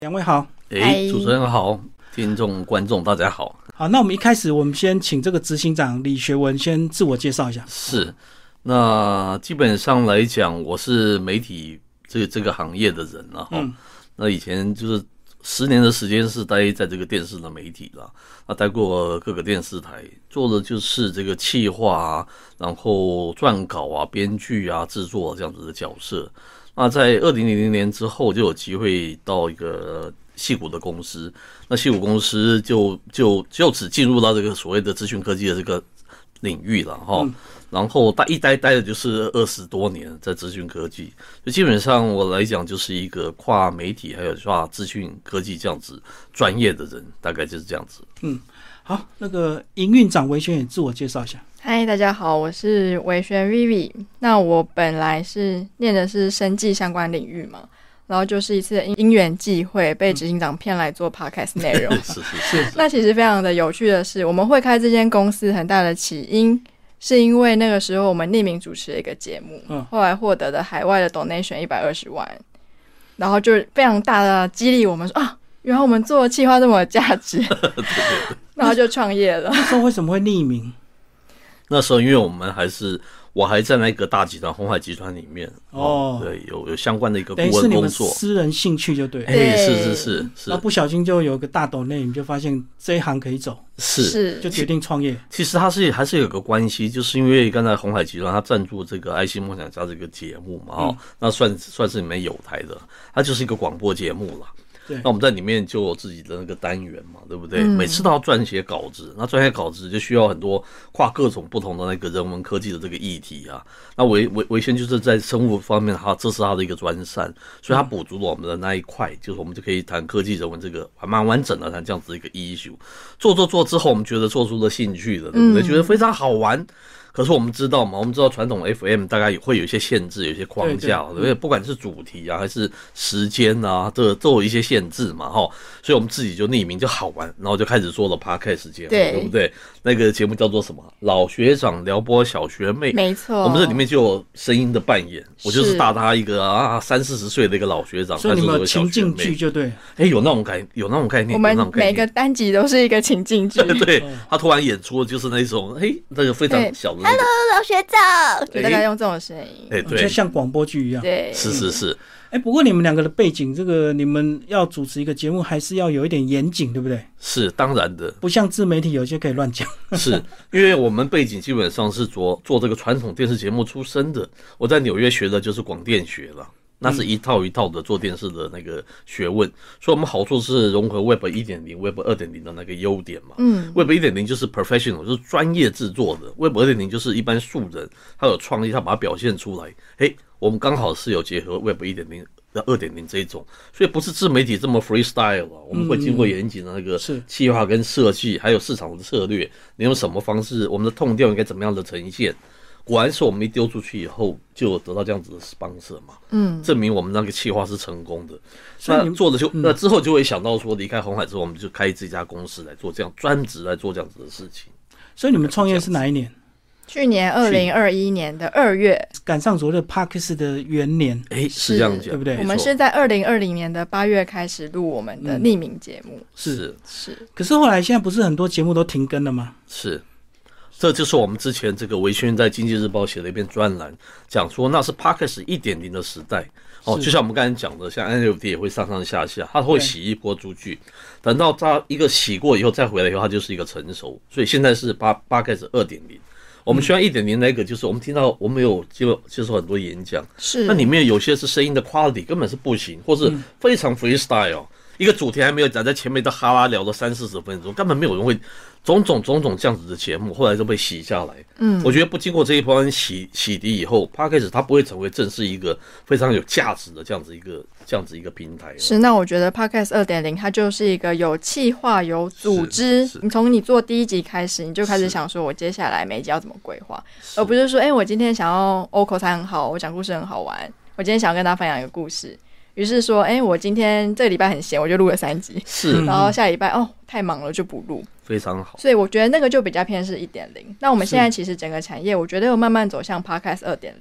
两位好。 主持人好，听众观众大家好。 好，那我们一开始我们先请这个执行长李学文先自我介绍一下。 是，那基本上来讲，我是媒体这个行业的人了哈。那以前就是10年的时间是待在这个电视的媒体了，那待过各个电视台，做的就是这个企划啊，然后撰稿啊、编剧啊、制作这样子的角色。那在2000年之后，就有机会到一个矽谷的公司，那矽谷公司就此进入到这个所谓的资讯科技的这个领域了哈。然后待的就是20多年在资讯科技，就基本上我来讲就是一个跨媒体还有跨资讯科技这样子专业的人，大概就是这样子。 好，那个营运长维轩也自我介绍一下。 嗨，大家好，我是维轩 Vivi。那我本来是念的是生技相关领域嘛，然后就是一次因缘际会被执行长骗来做 podcast 内容。 是。 那其实非常的有趣的是，我们会开这间公司很大的起因，是因为那个时候我们匿名主持了一个节目，后来获得的海外的 donation 120万，然后就非常大的激励我们说啊，原来我们做的企划这么有价值，然后就创业了。 那时候为什么会匿名？ 那时候因为我还在那个大集团红海集团里面对，有相关的一个顾问工作，等于是你们私人兴趣就对了。 是。 然后不小心就有个大斗内，你就发现这一行可以走， 是就决定创业。 其实它还是有个关系，就是因为刚才红海集团它赞助这个爱心梦想家这个节目嘛，那算是里面有台的，它就是一个广播节目了。那我们在里面就有自己的那个单元嘛，对不对？每次都要撰写稿子，那撰写稿子就需要很多跨各种不同的那个人文科技的这个议题啊。那维轩就是在生物方面，这是他的一个专擅，所以他补足了我们的那一块，就是我们就可以谈科技人文这个还蛮完整的谈这样子一个 issue。做之后，我们觉得做出了兴趣了，对不对？觉得非常好玩。可是我们知道嘛，我们知道传统 FM 大概会有一些限制，有一些框架，对不对？不管是主题啊，还是时间啊，都有一些限制嘛，哈。所以我们自己就匿名就好玩，然后就开始做了 podcast 节目，对不对？那个节目叫做什么？老学长撩拨小学妹， 没错。 我们这里面就有声音的扮演，我就是大他一个30-40岁的一个老学长， 所以你们有情境剧就对。 有那种概念， 我们每个单集都是一个情境剧。 对，他突然演出的就是那种那个非常小的。 Hello， 老学长，就大概用这种声音， 对，就像广播剧一样。 对， 是。 不过你们两个的背景，这个你们要主持一个节目，还是要有一点严谨，对不对？ 是，当然的， 不像自媒体有些可以乱讲。 是因为我们背景基本上是做这个传统电视节目出身的，我在纽约学的就是广电学了。那是一套一套的做电视的那个学问，所以我们好处是融合 Web 1.0、Web 2.0的那个优点嘛。Web 1.0就是 professional， 就是专业制作的 ；Web 2.0就是一般素人，他有创意，他把它表现出来。我们刚好是有结合 Web 1.0、2.0这一种，所以不是自媒体这么 freestyle 啊。我们会经过严谨的那个企划跟设计，还有市场的策略，你用什么方式，我们的痛调应该怎么样的呈现。果然是我们一丢出去以后就得到这样子的 sponsor 嘛，证明我们那个企划是成功的。那做的那之后就会想到说，离开红海之后，我们就开这家公司来做这样专职来做这样子的事情。 所以你们创业是哪一年？ 去年2021年的2月， 赶上所谓的 Podcast 的元年。 是这样讲， 对不对？ 我们是在2020年的8月开始录我们的匿名节目。 是。 可是后来现在不是很多节目都停更了吗？ 是。这就是我们之前这个维轩在经济日报写了一篇专栏，讲说那是 Podcast 1.0的时代。就像我们刚才讲的，像 NFT 也会上上下下，它会洗一波出去，等到它一个洗过以后再回来以后，它就是一个成熟。所以现在是 Podcast 2.0。我们需要 1.0 那个，就是我们听到我们有接受很多演讲，那里面有些是声音的 quality 根本是不行，或是非常 freestyle。一个主题还没有讲，在前面都哈拉聊了30-40分钟，根本没有人会种种这样子的节目，后来就被洗下来。我觉得不经过这一波洗涤以后 ，Podcast 它不会成为正式一个非常有价值的这样子一个平台。 是，那我觉得 Podcast 2.0它就是一个有企划、有组织。你从你做第一集开始，你就开始想说，我接下来每一集要怎么规划，而不是说，我今天想要口才很好，我讲故事很好玩，我今天想要跟大家分享一个故事。于是说，我今天这个礼拜很闲，我就录了3集，然后下礼拜太忙了就不录， 非常好。 所以我觉得那个就比较偏是1.0。那我们现在其实整个产业，我觉得有慢慢走向 Podcast 2.0。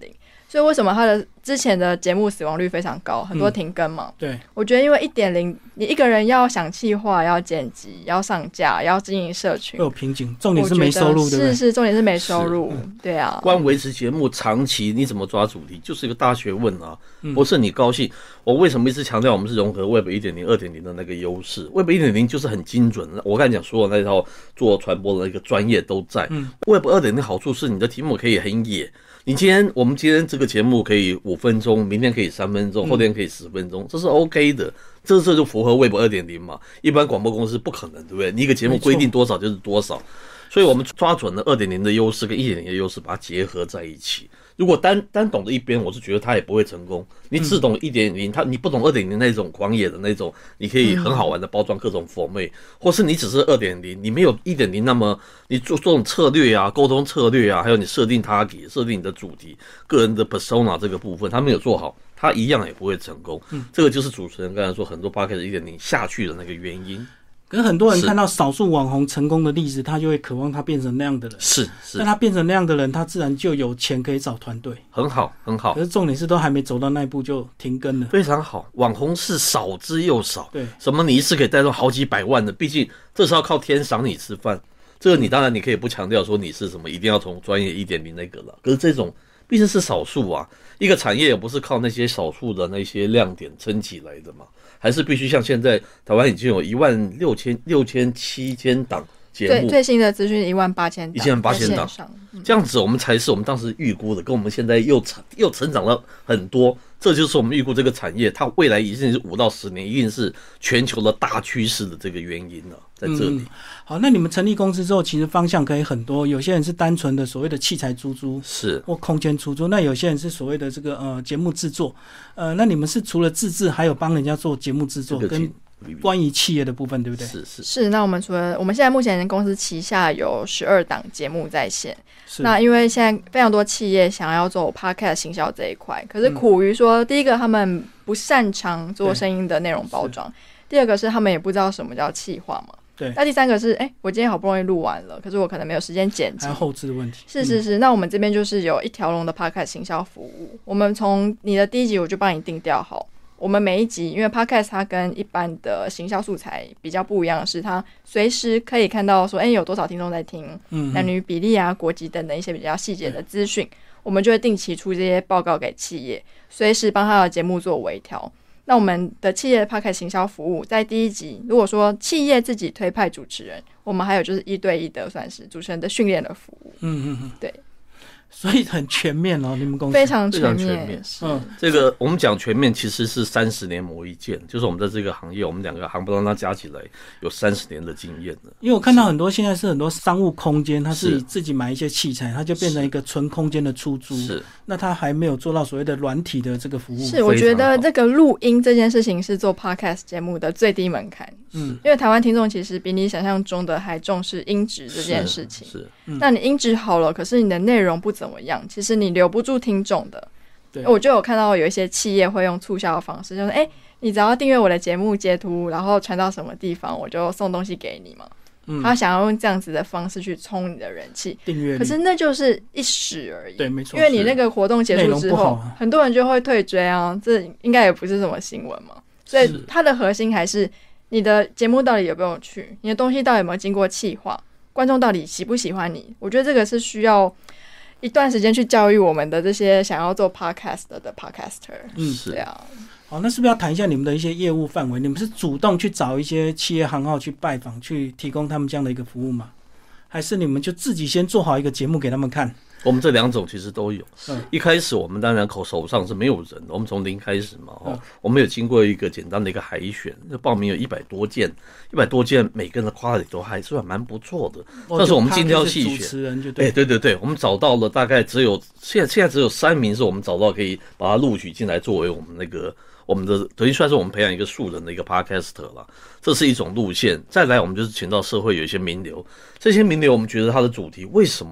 所以为什么他的之前的节目死亡率非常高，很多停更嘛？ 对， 我觉得因为 1.0 你一个人要想企划，要剪辑，要上架，要经营社群， 会有瓶颈，重点是没收入，对不对？ 是重点是没收入，对啊。 光维持节目长期你怎么抓主题，就是一个大学问啊。不是你高兴，我为什么一直强调我们是融合 Web 1.0、2.0 的那个优势 ？Web 1.0就是很精准，我刚才讲所有那套做传播的那个专业都在。Web 2.0的好处是你的题目可以很野。我们今天这个节目可以5分钟，明天可以3分钟，后天可以10分钟，这是 OK 的，这就符合 Web 2.0 嘛。一般广播公司不可能，对不对？你一个节目规定多少就是多少，所以我们抓准了 2.0 的优势跟 1.0 的优势，把它结合在一起。如果单懂的一边，我是觉得他也不会成功。你只懂 1.0， 你不懂 2.0 那种狂野的那种，你可以很好玩的包装各种format，或是你只是 2.0， 你没有 1.0 那么你做这种策略啊、沟通策略啊，还有你设定 target、设定你的主题、个人的 persona 这个部分，他没有做好，他一样也不会成功。这个就是主持人刚才说很多 podcast 1.0 下去的那个原因。 可是很多人看到少数网红成功的例子，他就会渴望他变成那样的人。 是， 那他变成那样的人，他自然就有钱可以找团队。 很好，很好。 可是重点是都还没走到那一步就停更了。 非常好，网红是少之又少。 对， 什么你一次可以带动好几百万的，毕竟这是要靠天赏你吃饭。这个你当然你可以不强调说你是什么，一定要从专业 1.0 那个了。可是这种毕竟是少数啊，一个产业也不是靠那些少数的那些亮点撑起来的嘛。还是必须像现在台湾已经有16000、7000档节目， 最新的资讯18000 档，这样子我们才是我们当时预估的，跟我们现在又成长了很多。这就是我们预估这个产业，它未来一定是5到10年，一定是全球的大趋势的这个原因了，在这里。 好，那你们成立公司之后，其实方向可以很多。有些人是单纯的所谓的器材出租， 是或空间出租；那有些人是所谓的这个节目制作。那你们是除了自制，还有帮人家做节目制作跟关于企业的部分，对不对？ 是。那我们除了我们现在目前公司旗下有12档节目在线。那因为现在非常多企业想要做 podcast 行销这一块，可是苦于说，第一个他们不擅长做声音的内容包装，第二个是他们也不知道什么叫企划嘛。 对。 那第三个是，我今天好不容易录完了，可是我可能没有时间剪辑， 还有后置的问题。 是。那我们这边就是有一条龙的 podcast 行销服务，我们从你的第一集我就帮你定调好。我们每一集，因为 podcast 它跟一般的行销素材比较不一样的是，它随时可以看到说，有多少听众在听，男女比例啊、国籍等等一些比较细节的资讯，我们就会定期出这些报告给企业，随时帮他的节目做微调。那我们的企业 podcast 行销服务，在第一集，如果说企业自己推派主持人，我们还有就是1对1的算是主持人的训练的服务。对。 所以很全面哦，你们公司非常全面。 这个我们讲全面其实是30年磨一剑，就是我们在这个行业，我们2个行不让它加起来有30年的经验了。 因为我看到很多现在是很多商务空间，它是自己买一些器材，它就变成一个纯空间的出租。 是， 那它还没有做到所谓的软体的这个服务。 是，我觉得这个录音这件事情是做 podcast 节目的最低门槛。因为台湾听众其实比你想象中的还重视音质这件事情。 是。 那你音质好了，可是你的内容不怎么样，其实你留不住听众的。对，我就有看到有一些企业会用促销的方式，就是你只要订阅我的节目截图，然后传到什么地方，我就送东西给你嘛。他想要用这样子的方式去冲你的人气， 订阅， 可是那就是一时而已。 对，没错。 因为你那个活动结束之后，很多人就会退追啊，这应该也不是什么新闻嘛。所以它的核心还是你的节目到底有没有趣，你的东西到底有没有经过企划，观众到底喜不喜欢你。我觉得这个是需要一段时间去教育我们的这些想要做 podcast 的 podcaster。 是。 对啊。 好，那是不是要谈一下你们的一些业务范围？你们是主动去找一些企业行号去拜访，去提供他们这样的一个服务吗？还是你们就自己先做好一个节目给他们看？ 我们这2种其实都有。一开始我们当然手上是没有人的，我们从0开始嘛。我们有经过一个简单的一个海选，报名有100多件，每个人的 quality 都还算蛮不错的。但是我们精挑细选，对，我们找到了大概现在只有3名是我们找到可以把它录取进来作为我们的等于算是我们培养一个素人的一个 podcaster 了，这是一种路线。再来，我们就是请到社会有一些名流，这些名流我们觉得他的主题为什么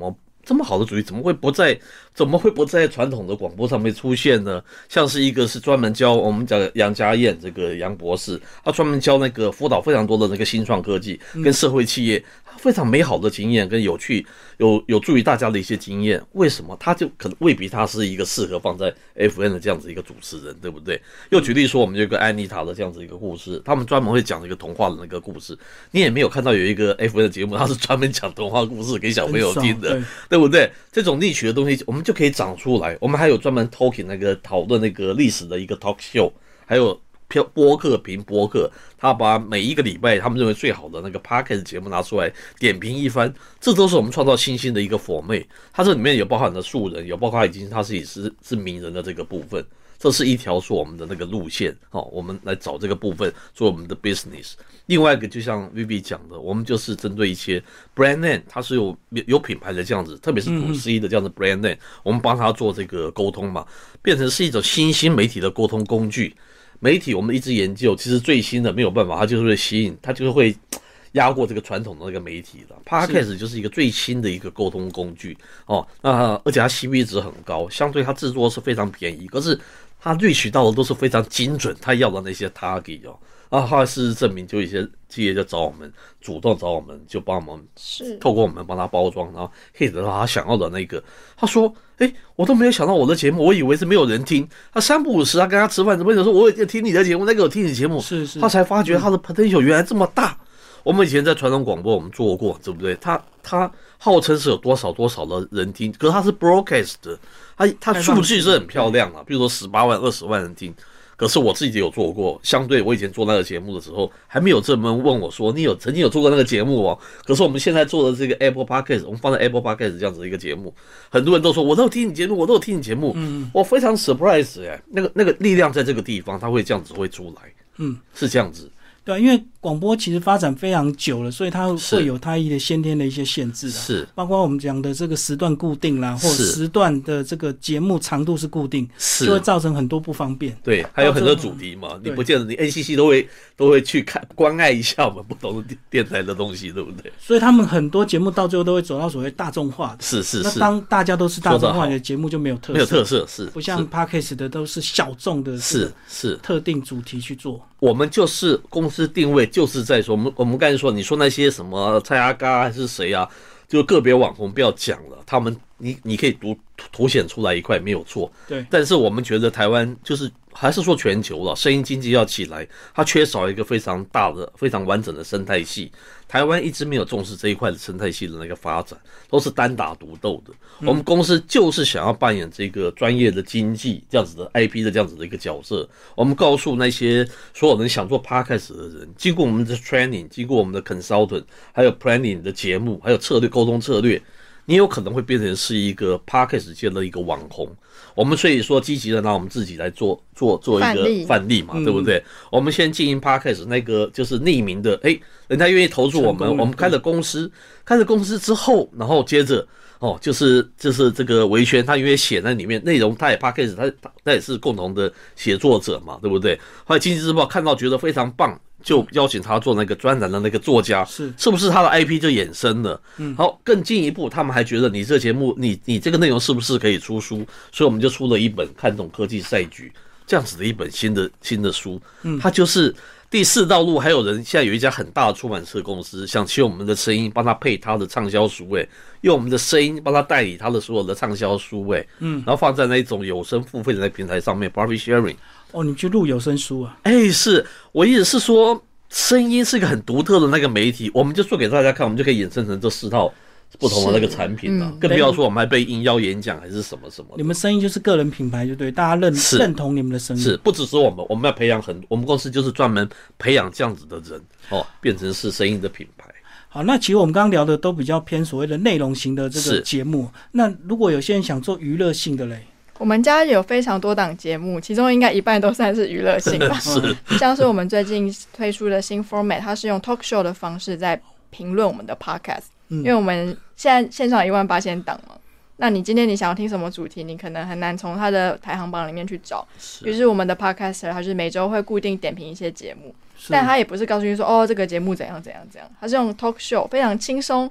这么好的主题怎么会不在传统的广播上面出现呢？像是一个是专门教我们讲杨家燕这个杨博士，他专门教那个辅导非常多的那个新创科技跟社会企业，非常美好的经验跟有趣有助于大家的一些经验。为什么他就可能未必他是一个适合放在 FN 的这样子一个主持人，对不对？又举例说，我们有一个安妮塔的这样子一个故事，他们专门会讲一个童话的那个故事，你也没有看到有一个 FN 的节目，他是专门讲童话故事给小朋友听的，对不对？这种niche的东西我们就可以长出来。我们还有专门 talking 那个讨论那个历史的一个 talk show， 还有播客评播客，他把每一个礼拜他们认为最好的那个 podcast 节目拿出来点评一番，这都是我们创造新兴的一个format。它这里面有包含的素人，有包括已经他是名人的这个部分，这是一条是我们的那个路线我们来找这个部分做我们的 business。另外一个就像 Vivi 讲的，我们就是针对一些 brand name， 它是有品牌的这样子，特别是主 C 的这样的 brand name， 我们帮他做这个沟通嘛，变成是一种新兴媒体的沟通工具。媒体我们一直研究，其实最新的没有办法，它就是会吸引，它就是会压过这个传统的那个媒体的。Podcast 就是一个最新的一个沟通工具那而且它 CP 值很高，相对它制作是非常便宜，可是它reach到的都是非常精准，它要的那些 target 后来事实证明，就一些企业就找我们，主动找我们，就帮我们透过我们帮他包装，然后可以得到他想要的那个。他说：“我都没有想到我的节目，我以为是没有人听。他3不5时，他跟他吃饭，怎么有说我有听你的节目，那个有听你的节目，他才发觉他的 potential 原来这么大。我们以前在传统广播我们做过，对不对？他号称是有多少的人听，可是他是 broadcast 的，他数据是很漂亮比如说18万、20万人听。”可是我自己有做过，相对我以前做那个节目的时候，还没有这么问我说，你曾经有做过那个节目可是我们现在做的这个 Apple Podcast， 我们放在 Apple Podcast 这样子的一个节目，很多人都说我都有听你节目，我非常 surprise 那个力量在这个地方，它会这样子会出来，是这样子。 对，因为广播其实发展非常久了，所以它会有它一些先天的一些限制是包括我们讲的这个时段固定啦，或时段的这个节目长度是固定，就会造成很多不方便。 对，还有很多主题嘛，你不见得你 NCC 都会去关爱一下我们不同的电台的东西，对不对？ 所以他们很多节目到最后都会走到所谓大众化的。 是。 那当大家都是大众化的节目就没有特色， 是不像 Podcast 的都是小众的， 是特定主题去做。 我们就是公司定位，就是在说我们刚才说，你说那些什么蔡阿嘎还是谁就个别网红不要讲了，他们你可以凸显出来一块没有错， 对。 但是我们觉得台湾就是还是说全球了，声音经济要起来，它缺少一个非常大的、非常完整的生态系。台湾一直没有重视这一块的生态系的那个发展，都是单打独斗的。我们公司就是想要扮演这个专业的经济这样子的 IP 的这样子的一个角色。我们告诉那些所有人想做 podcast 的人，经过我们的 training， 经过我们的 consultant， 还有 planning 的节目，还有沟通策略，你有可能会变成是一个 podcast 界的一个网红。我们所以说积极的拿我们自己来做一个范例嘛，对不对？我们先经营 podcast 那个就是匿名的，人家愿意投注我们，我们开了公司之后，然后接着就是这个维轩，他因为写在里面内容，他也 podcast， 他也是共同的写作者嘛，对不对？后来经济日报看到觉得非常棒，就邀请他做那个专栏的那个作家，是不是他的 IP 就衍生了？好，更进一步，他们还觉得你这节目，你这个内容是不是可以出书？所以我们就出了一本《看懂科技赛局》这样子的一本新的书，它就是第4道路。还有人现在有一家很大的出版社公司想请我们的声音帮他配他的畅销书，用我们的声音帮他代理他的所有的畅销书，然后放在那种有声付费的那平台上面 ，Profit Sharing。 你去录有声书啊？ 是我意思是说，声音是一个很独特的那个媒体，我们就做给大家看，我们就可以衍生成这4套不同的那个产品了。更不要说我们还被应邀演讲还是什么什么的。 你们声音就是个人品牌，就对，大家认同你们的声音。 是不只是我们要培养我们公司就是专门培养这样子的人变成是声音的品牌。 好，那其实我们刚刚聊的都比较偏所谓的内容型的这个节目。那如果有些人想做娱乐性的嘞？ 我们家有非常多档节目，其中应该一半都算是娱乐性吧。像是我们最近推出的新 format， 它是用 talk show 的方式在评论我们的 podcast。因为我们现在线上18000档嘛，那你今天你想要听什么主题，你可能很难从它的排行榜里面去找。于是我们的 podcaster 他是每周会固定点评一些节目，但他也不是告诉你说这个节目怎样怎样怎样，他是用 talk show 非常轻松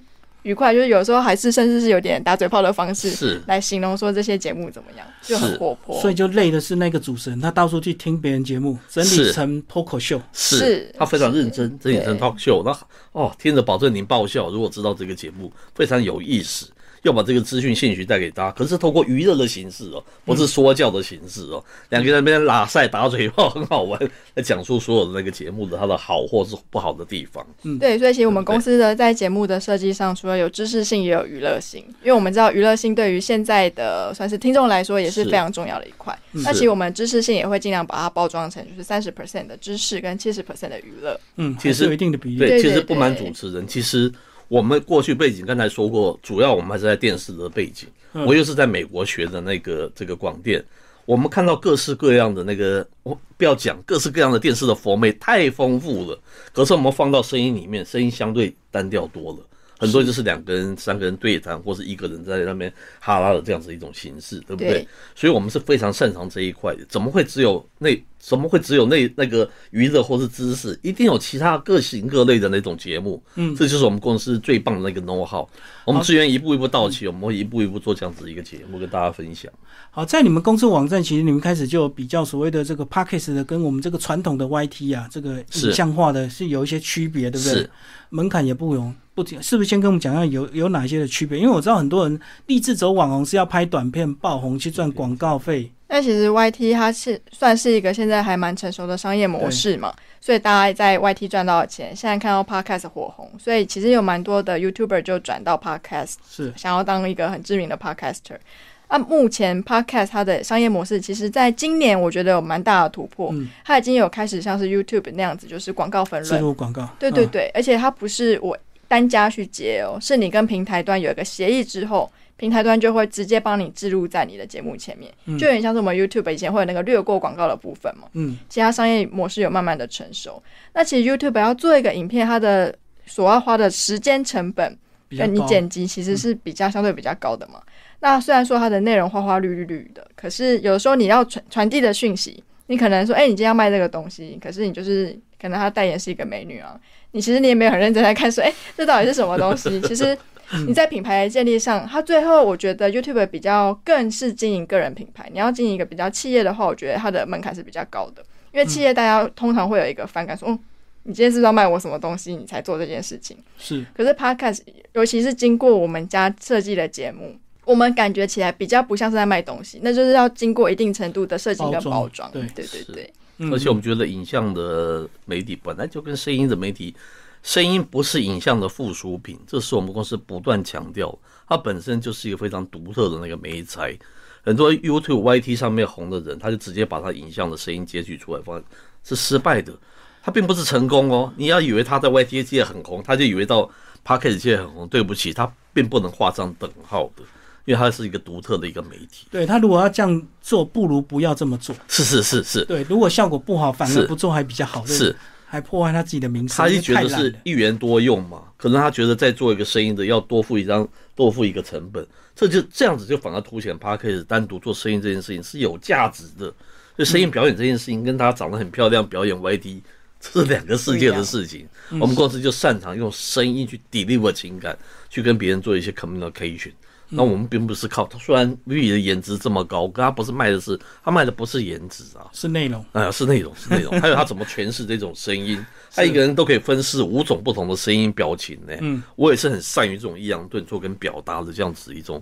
愉快，就是有时候还是甚至是有点打嘴炮的方式来形容说这些节目怎么样，就很活泼。 所以就累的是那个主持人，他到处去听别人节目，整理成脱口秀。 是他非常认真，整理成脱口秀。那听着保证您爆笑。如果知道这个节目非常有意思，要把这个资讯信息带给大家，可是透过娱乐的形式不是说教的形式两个人在那边拉赛打嘴炮很好玩，来讲述所有的那个节目的它的好或是不好的地方。 对，所以其实我们公司的在节目的设计上，除了有知识性，也有娱乐性，因为我们知道娱乐性对于现在的算是听众来说也是非常重要的一块。那其实我们知识性也会尽量把它包装成就是30% 的知识跟70% 的娱乐。 其实有一定的比例。 对，其实不瞒主持人，其实我们过去背景刚才说过，主要我们还是在电视的背景。我又是在美国学的这个广电，我们看到各式各样的我不要讲各式各样的电视的format太丰富了，可是我们放到声音里面，声音相对单调多了。很多就是2个人、3个人对谈，或是1个人在那边哈拉的这样子一种形式，对不对？所以我们是非常擅长这一块的。怎么会只有那个娱乐或是知识？一定有其他各型各类的那种节目。这就是我们公司最棒的那个 know how。我们资源一步一步到齐，我们会一步一步做这样子一个节目跟大家分享。 好，在你们公司网站，其实你们开始就有比较所谓的这个 Podcast 的跟我们这个传统的 YT 这个影像化的是有一些区别，对不对？门槛也不容。是不是先跟我们讲一下有哪些的区别？因为我知道很多人立志走网红是要拍短片爆红去赚广告费。 那其实 YT 它算是一个现在还蛮成熟的商业模式嘛，所以大家在 YT 赚到的钱，现在看到 Podcast 火红，所以其实有蛮多的 YouTuber 就转到 Podcast， 想要当一个很知名的 Podcaster。目前 Podcast 它的商业模式，其实在今年我觉得有蛮大的突破，它已经有开始像是 YouTube 那样子，就是广告分润， 植入广告。对对对，而且它不是我单家去接是你跟平台端有一个协议之后，平台端就会直接帮你置入在你的节目前面，就有点像是我们 YouTube 以前会有那个略过广告的部分嘛。其他商业模式有慢慢的成熟。那其实 YouTube 要做一个影片，它的所要花的时间成本跟你剪辑其实是相对比较高的嘛。那虽然说它的内容花花绿绿的，可是有的时候你要传递的讯息，你可能说你今天要卖这个东西，可是你就是可能他代言是一个美女其实你也没有很认真在看说这到底是什么东西。其实你在品牌的建立上，它最后我觉得 YouTube 比较更是经营个人品牌。你要经营一个比较企业的话，我觉得它的门槛是比较高的，因为企业大家通常会有一个反感说你今天是不是要卖我什么东西你才做这件事情。可是 Podcast 尤其是经过我们家设计的节目，我们感觉起来比较不像是在卖东西，那就是要经过一定程度的设计跟包装。对对对对。 而且我们觉得影像的媒体本来就跟声音的媒体，声音不是影像的附属品，这是我们公司不断强调，它本身就是一个非常独特的那个媒材。很多 YouTube、YT 上面红的人，他就直接把他影像的声音截取出来放，是失败的，他并不是成功你要以为他在 YT 界很红，他就以为到 Podcast 界很红，对不起，他并不能画上等号的。因为它是一个独特的一个媒体， 对，他如果要这样做，不如不要这么做。 是， 对，如果效果不好，反而不做还比较好，还破坏他自己的名声。 他就觉得是一元多用嘛，可能他觉得再做一个声音的要多付一个成本，这样子就反而凸显 Podcast 单独做声音这件事情是有价值的。所以声音表演这件事情跟他长得很漂亮表演 YT 这是2个世界的事情。我们公司就擅长用声音去 deliver 情感，去跟别人做一些 communication。那我们并不是靠他，虽然 Vivi 的颜值这么高，可他不是卖的是，他卖的不是颜值是内容。 是内容。还有他怎么诠释这种声音，他一个人都可以分饰5种不同的声音表情我也是很善于这种抑扬顿挫跟表达的这样子一种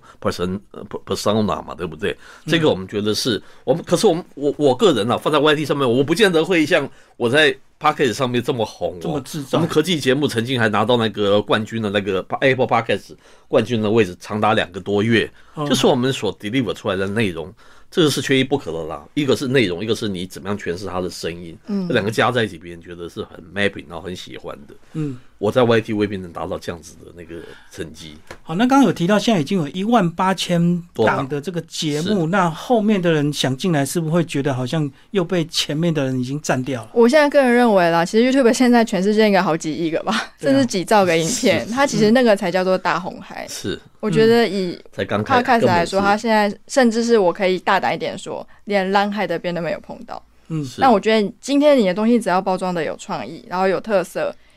persona 嘛，对不对？这个我们觉得是我们，可是我个人放在 YT 上面，我不见得会像我在Podcast 上面这么红这么制造。 我们科技节目曾经还拿到那个冠军的那个 Apple Podcast 冠军的位置，长达2个多月。就是我们所 deliver 出来的内容，这个是缺一不可的啦。一个是内容，一个是你怎么样诠释它的声音。这2个加在一起，别人觉得是很 mapping， 然后很喜欢的。我在 YT 未必能达到这样子的那个成绩。 好，那刚刚有提到现在已经有18000档的这个节目，那后面的人想进来，是不是会觉得好像又被前面的人已经占掉了？ 我现在个人认为啦，其实 YouTube 现在全世界应该好几亿个吧，甚至几兆个影片，它其实那个才叫做大红海。我觉得以 Podcast 来说，它现在甚至是我可以大胆一点说，连蓝海的边都没有碰到。那我觉得今天你的东西只要包装的有创意，然后有特色，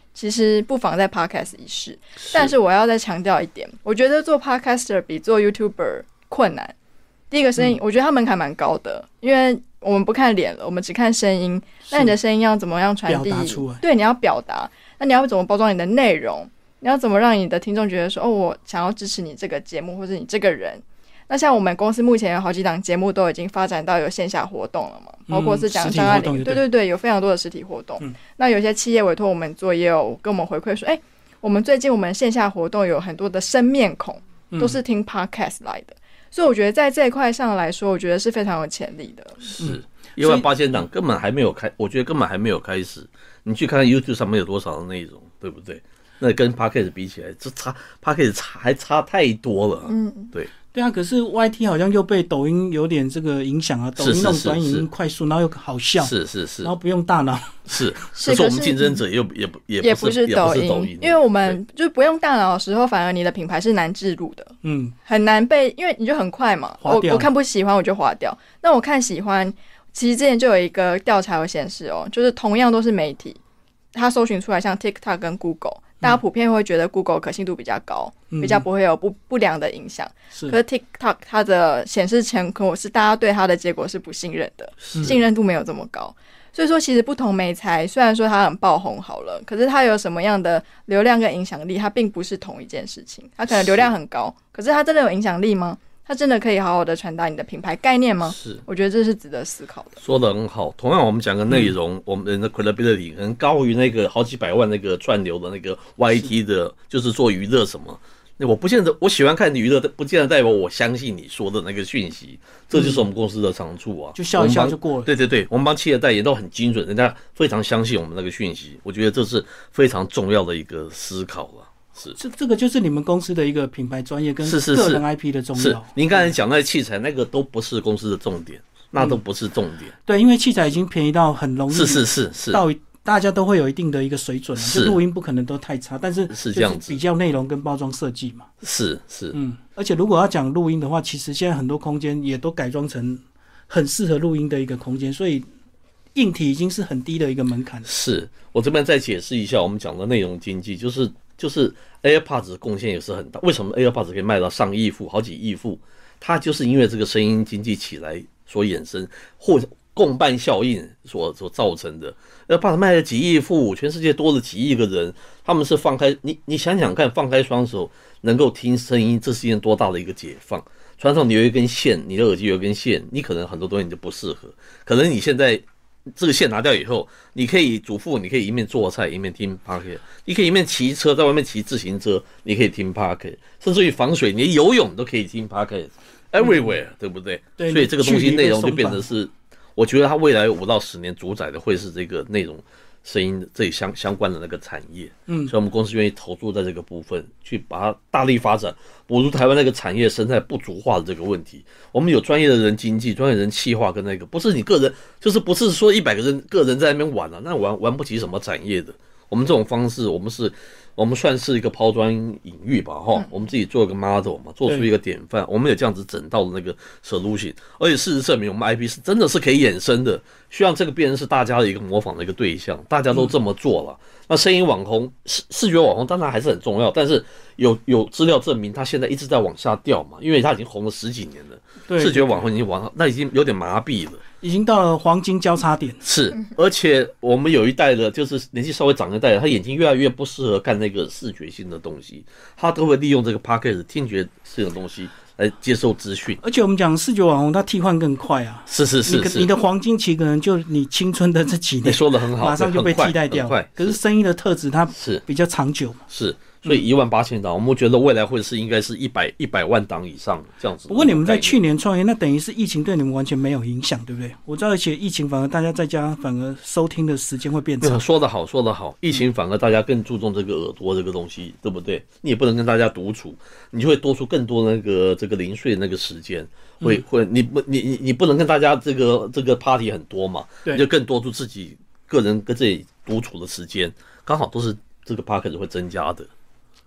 其实不妨在 Podcast 一试。但是我要再强调一点，我觉得做 Podcaster 比做 YouTuber 困难。第一个声音，我觉得它门槛蛮高的，因为我们不看脸了，我们只看声音。那你的声音要怎么样传递？对，你要表达。那你要怎么包装你的内容？你要怎么让你的听众觉得说，我想要支持你这个节目，或者你这个人？那像我们公司目前有好几档节目都已经发展到有线下活动了嘛，包括是讲张爱玲，对，有非常多的实体活动。那有些企业委托我们做，也有跟我们回馈说，我们最近我们线下活动有很多的生面孔，都是听 Podcast 来的。所以我觉得在这一块上来说，我觉得是非常有潜力的。 是18000档根本还没有开，我觉得根本还没有开始。你去看看 YouTube 上面有多少的内容，对不对？那跟 Podcast 比起来，这Podcast 还差太多了。对啊，可是 YT 好像又被抖音有点这个影响啊，抖音那种短影音快速，然后又好笑， 是， 然后不用大脑， 可是我们竞争者也不是抖音， 因为我们就不用大脑的时候，反而你的品牌是难置入的，很难被，因为你就很快嘛，我看不喜欢我就划掉，那我看喜欢，其实之前就有一个调查有显示就是同样都是媒体，它搜寻出来像 TikTok 跟 Google。大家普遍会觉得 Google 可信度比较高，比较不会有不良的影响。可是 TikTok 它的显示成果是大家对它的结果是不信任的，信任度没有这么高。所以说，其实不同媒材虽然说它很爆红好了，可是它有什么样的流量跟影响力，它并不是同一件事情。它可能流量很高，可是它真的有影响力吗？它真的可以好好的传达你的品牌概念吗？我觉得这是值得思考的。 说得很好。同样，我们讲个内容，我们的 credibility 可能高于那个好几百万那个串流的那个 YT 的，就是做娱乐什么。我不见得，我喜欢看娱乐，不见得代表我相信你说的那个讯息。这就是我们公司的长处啊， 就笑一笑就过了。 对，我们帮企业代言都很精准，人家非常相信我们那个讯息。我觉得这是非常重要的一个思考了。 这个就是你们公司的一个品牌专业跟个人 IP 的重要。 是您刚才讲那个器材，那个都不是公司的重点，那都不是重点。 对，因为器材已经便宜到很容易， 是到大家都会有一定的一个水准，就录音不可能都太差，但是这样子比较内容跟包装设计嘛。 是， 而且如果要讲录音的话，其实现在很多空间也都改装成很适合录音的一个空间，所以硬体已经是很低的一个门槛。 是我这边再解释一下，我们讲的内容经济就是 AirPods 的贡献也是很大。为什么 AirPods 可以卖到上亿副、好几亿副？它就是因为这个声音经济起来所衍生，或共伴效应所造成的。AirPods 卖了几亿副，全世界多了几亿个人，他们是放开你想想看，放开双手能够听声音，这是一件多大的一个解放。传统你有一根线，你的耳机有一根线，你可能很多东西你就不适合，可能你现在这个线拿掉以后，你可以主妇，你可以一面做菜一面听 Podcast， 你可以一面骑车，在外面骑自行车，你可以听 Podcast， 甚至于防水，你游泳都可以听 Podcast，everywhere， 对不对？ 对， 所以这个东西内容就变成是，我觉得它未来5到10年主宰的会是这个内容声音这里相关的那个产业。所以我们公司愿意投注在这个部分，去把它大力发展，补足台湾那个产业生态不足化的这个问题。我们有专业的人经济、专业人企划跟那个，不是你个人，就是不是说100个人个人在那边玩那玩不起什么产业的。我们这种方式，我们算是一个抛砖引玉吧，我们自己做一个 model 嘛，做出一个典范。我们有这样子整套的那个 solution， 而且事实证明，我们 IP 是真的是可以衍生的。希望这个变成是大家的一个模仿的一个对象，大家都这么做了。那声音网红、视觉网红当然还是很重要，但是有资料证明，它现在一直在往下掉嘛，因为它已经红了10几年了。对，视觉网红已经那已经有点麻痹了。 已经到了黄金交叉点。 是，而且我们有一代的，就是年纪稍微长一代的，他眼睛越来越不适合看那个视觉性的东西，他都会利用这个 podcast 听觉性的东西来接受资讯。 而且我们讲视觉网红，它替换更快啊。 是， 你的黄金期可能就你青春的这几年， 你说的很好， 马上就被替代掉。可是声音的特质它是比较长久嘛。 是。所以18000档，我们觉得未来会是应该是100万档以上这样子。 不过你们在去年创业，那等于是疫情对你们完全没有影响，对不对？我知道，而且疫情反而大家在家反而收听的时间会变长。 说得好，疫情反而大家更注重这个耳朵这个东西，对不对？你也不能跟大家独处，你就会多出更多那个这个零碎的那个时间，你不能跟大家这个 party 很多嘛，你就更多出自己个人跟自己独处的时间，刚好都是这个 podcast 会增加的。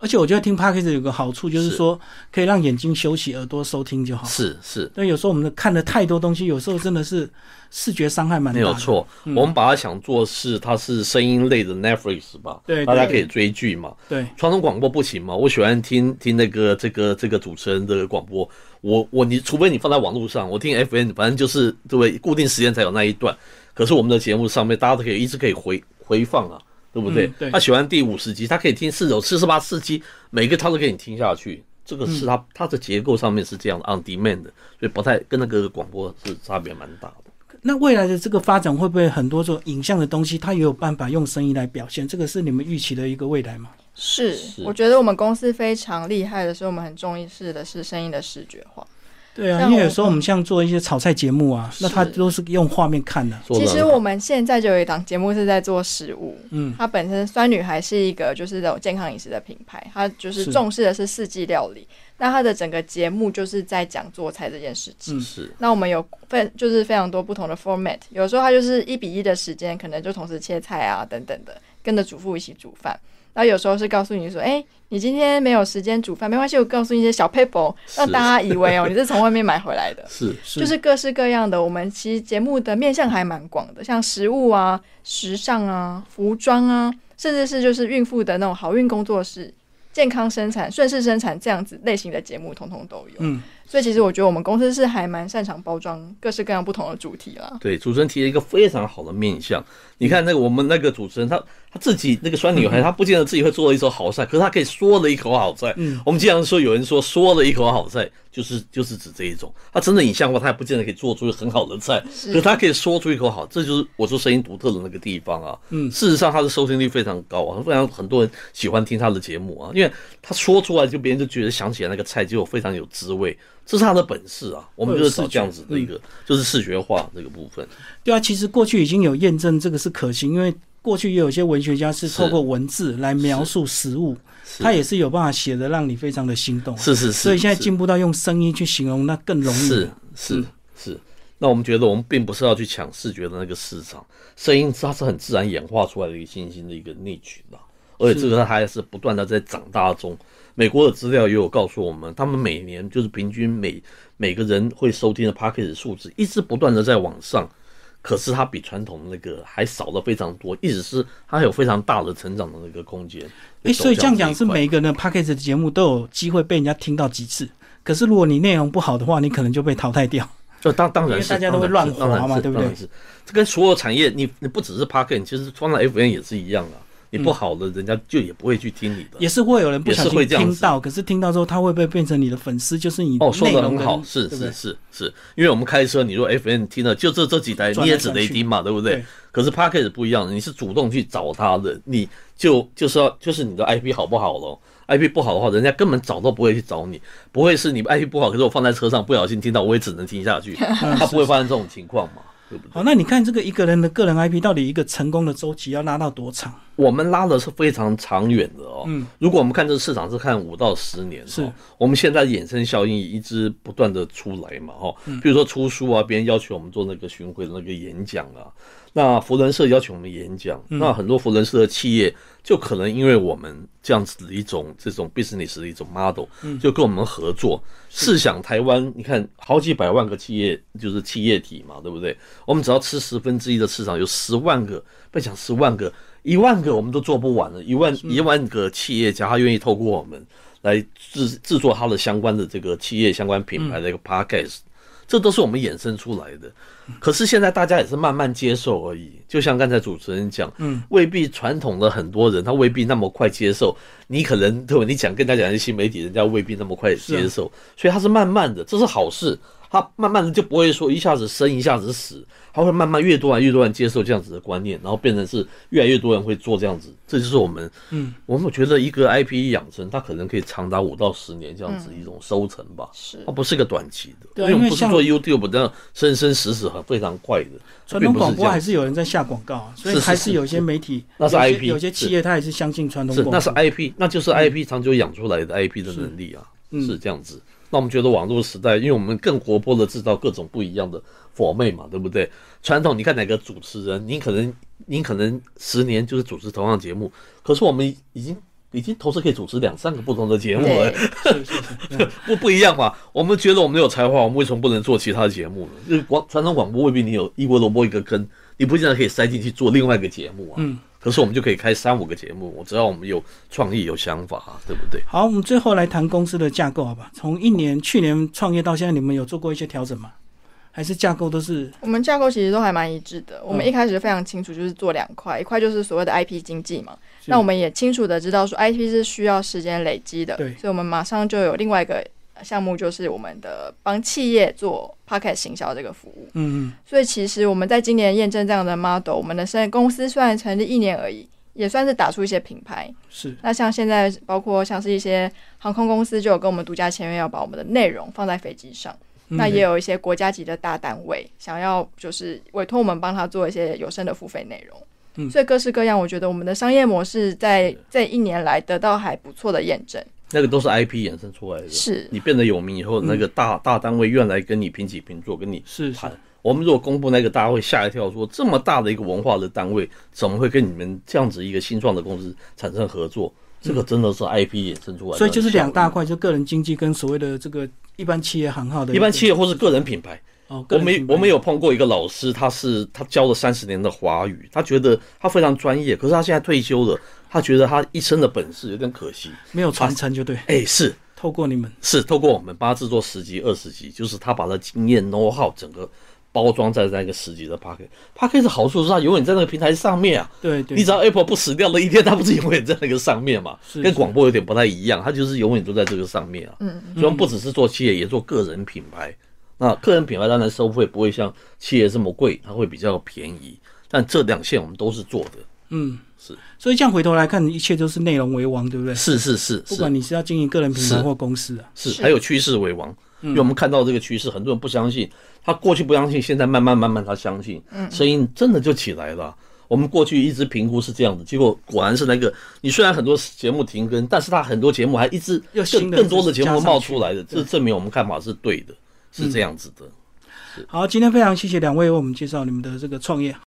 而且我觉得听 Podcast 有个好处就是说，可以让眼睛休息，耳朵收听就好。 是。 但有时候我们看了太多东西，有时候真的是视觉伤害蛮大的。 没有错，我们把它想做它是声音类的 Netflix 吧， 对， 大家可以追剧嘛。 对， 传统广播不行嘛，我喜欢听那个这个主持人的广播，你除非你放在网络上，我听 FM 反正就是对固定时间才有那一段。可是我们的节目上面，大家都可以一直可以回放啊。对不对？ 对， 他喜欢第50集，他可以听49、48、47，每个他都给你听下去。这个是他的结构上面是这样的 on demand 的，所以不太跟那个广播是差别蛮大的。 那未来的这个发展会不会很多种影像的东西，它也有办法用声音来表现？这个是你们预期的一个未来吗？ 是，我觉得我们公司非常厉害的是，我们很重视的是声音的视觉化。 对啊，因为有时候我们像做一些炒菜节目啊，那它都是用画面看的。 其实我们现在就有一档节目是在做食物，它本身酸女孩是一个就是这种健康饮食的品牌，它就是重视的是四季料理。那它的整个节目就是在讲做菜这件事情。 是。 那我们有就是非常多不同的 format， 有时候它就是1:1的时间，可能就同时切菜啊等等的，跟着主妇一起煮饭。然后有时候是告诉你说，你今天没有时间煮饭，没关系，我告诉你一些小 paper， 让大家以为你是从外面买回来的。 是， 就是各式各样的。我们其实节目的面向还蛮广的，像食物啊、时尚啊、服装啊，甚至是就是孕妇的那种好孕工作室、健康生产、顺势生产这样子类型的节目，通通都有。所以其实我觉得我们公司是还蛮擅长包装各式各样不同的主题啦。 对，主持人提了一个非常好的面向。你看那个我们那个主持人，他自己那个酸女孩，他不见得自己会做了一手好菜，可是他可以说了一口好菜。我们经常说有人说了一口好菜，就是指这一种。他真的影像化，他也不见得可以做出很好的菜，可是他可以说出一口好，这就是我说声音独特的那个地方啊。事实上他的收听率非常高啊，很多人喜欢听他的节目啊，因为他说出来就别人就觉得想起来那个菜就非常有滋味。这是他的本事啊，我们就是找这样子的一个，就是视觉化这个部分。 对啊，其实过去已经有验证这个是可行，因为过去也有一些文学家是透过文字来描述食物，他也是有办法写的让你非常的心动。 是， 所以现在进步到用声音去形容，那更容易。 是。那我们觉得我们并不是要去抢视觉的那个市场，声音它是很自然演化出来的一个新兴的一个niche啦，而且这个它还是不断的在长大中。美国的资料也有告诉我们，他们每年就是平均每个人会收听的 Podcast 数字一直不断的在往上，可是它比传统的那个还少了非常多，一直是它还有非常大的成长的那个空间。 所以这样讲是每一个人 Podcast 的节目都有机会被人家听到几次，可是如果你内容不好的话，你可能就被淘汰掉。 就当然是，因为大家都会乱滑嘛，对不对？ 这跟所有产业，你不只是 Podcast， 其实放在 FM 也是一样啊。你不好的，人家就也不会去听你的。 也是会有人不小心听到，可是听到之后，他会不会变成你的粉丝？就是你说的很好，是，因为我们开车，你说 FM 听了就这几台，你也只得听嘛，对不对？可是 Podcast 不一样的，你是主动去找他的，你就是你的 IP 好不好咯 IP 不好的话，人家根本找都不会去找你，不会是你 IP 不好，可是我放在车上不小心听到，我也只能听下去，他不会发生这种情况嘛。对不对？ 好，那你看这个一个人的个人 IP 到底一个成功的周期要拉到多长？ 我们拉的是非常长远的哦。如果我们看这个市场是看5到10年，是我们现在衍生效应一直不断的出来嘛，比如说出书啊，别人要求我们做那个巡回的那个演讲啊，那福伦社要求我们演讲，那很多福伦社的企业就可能因为我们这样子的这种 business 的一种 model，就跟我们合作。试想台湾，你看好几百万个企业，就是企业体嘛，对不对？我们只要吃1/10的市场，有10万个，不要讲10万个，1万个我们都做不完了。1万个企业家，他愿意透过我们来制作他的相关的这个企业相关品牌的一个 podcast。这都是我们衍生出来的，可是现在大家也是慢慢接受而已。就像刚才主持人讲，未必传统的很多人他未必那么快接受，你可能对吧？你跟他讲新媒体，人家未必那么快接受，所以他是慢慢的，这是好事。他慢慢的就不会说一下子生一下子死，他会慢慢越多人接受这样子的观念，然后变成是越来越多人会做这样子。这就是我们觉得一个 IP 养成，它可能可以长达5到10年这样子一种收成吧。它不是个短期的，因为我们不是做 YouTube 这样生生死死非常快的。 传统广播还是有人在下广告啊，所以还是有些媒体， 那是 IP， 有些企业他也是相信传统广播， 那是 IP， 那就是 IP 长久养出来的 IP 的能力啊，是这样子。那我们觉得网络时代，因为我们更活泼的制造各种不一样的format嘛，对不对？传统你看哪个主持人，你可能10年就是主持同样节目，可是我们已经已经同时可以主持2-3个不同的节目了， 是不一样嘛？我们觉得我们有才华，我们为什么不能做其他的节目呢？就是传统广播未必你有一锅萝卜一个坑，你不见得可以塞进去做另外一个节目啊。可是我们就可以开3-5个节目，只要我们有创意、有想法，对不对？ 好，我们最后来谈公司的架构，好吧？从去年创业到现在，你们有做过一些调整吗？还是架构都是？ 我们架构其实都还蛮一致的。我们一开始非常清楚，就是做2块，一块就是所谓的 IP 经济嘛。那我们也清楚的知道说 IP 是需要时间累积的， 对， 所以我们马上就有另外一个项目，就是我们的帮企业做 Podcast 行销这个服务。所以其实我们在今年验证这样的 model， 我们的公司虽然成立1年而已，也算是打出一些品牌。 是。 那像现在包括像是一些航空公司就有跟我们独家签约，要把我们的内容放在飞机上。那也有一些国家级的大单位想要就是委托我们帮他做一些有声的付费内容。所以各式各样，我觉得我们的商业模式在这1年来得到还不错的验证。 那个都是 IP 衍生出来的， 是你变得有名以后，那个大单位愿来跟你平起平坐，跟你谈。我们如果公布那个，大家会吓一跳，说这么大的一个文化的单位，怎么会跟你们这样子一个新创的公司产生合作？这个真的是 IP 衍生出来的， 所以就是2大块，就个人经济跟所谓的这个一般企业行号的， 一般企业或是个人品牌。我们有碰过一个老师，他教了30年的华语，他觉得他非常专业，可是他现在退休了，他觉得他一生的本事有点可惜， 没有传承就对。 是透过你们， 是透过我们帮他制作10集、20集，就是他把他经验 know how 整个包装在那个10集的 Podcast 的好处是它永远在那个平台上面啊。 对， 你只要 Apple 不死掉了一天，它不是永远在那个上面嘛？跟广播有点不太一样，它就是永远都在这个上面啊。所以我们不只是做企业，也做个人品牌。那个人品牌当然收费不会像企业这么贵，它会比较便宜。但这2线我们都是做的。是。 所以这样回头来看，一切都是内容为王，对不对？ 是。 不管你是要经营个人品牌或公司啊， 还有趋势为王。因为我们看到这个趋势，很多人不相信，他过去不相信，现在慢慢他相信，声音真的就起来了。我们过去一直评估是这样子，结果果然是那个，你虽然很多节目停更，但是他很多节目还一直更多的节目冒出来的，这证明我们看法是对的，是这样子的。 好，今天非常谢谢2位为我们介绍你们的这个创业。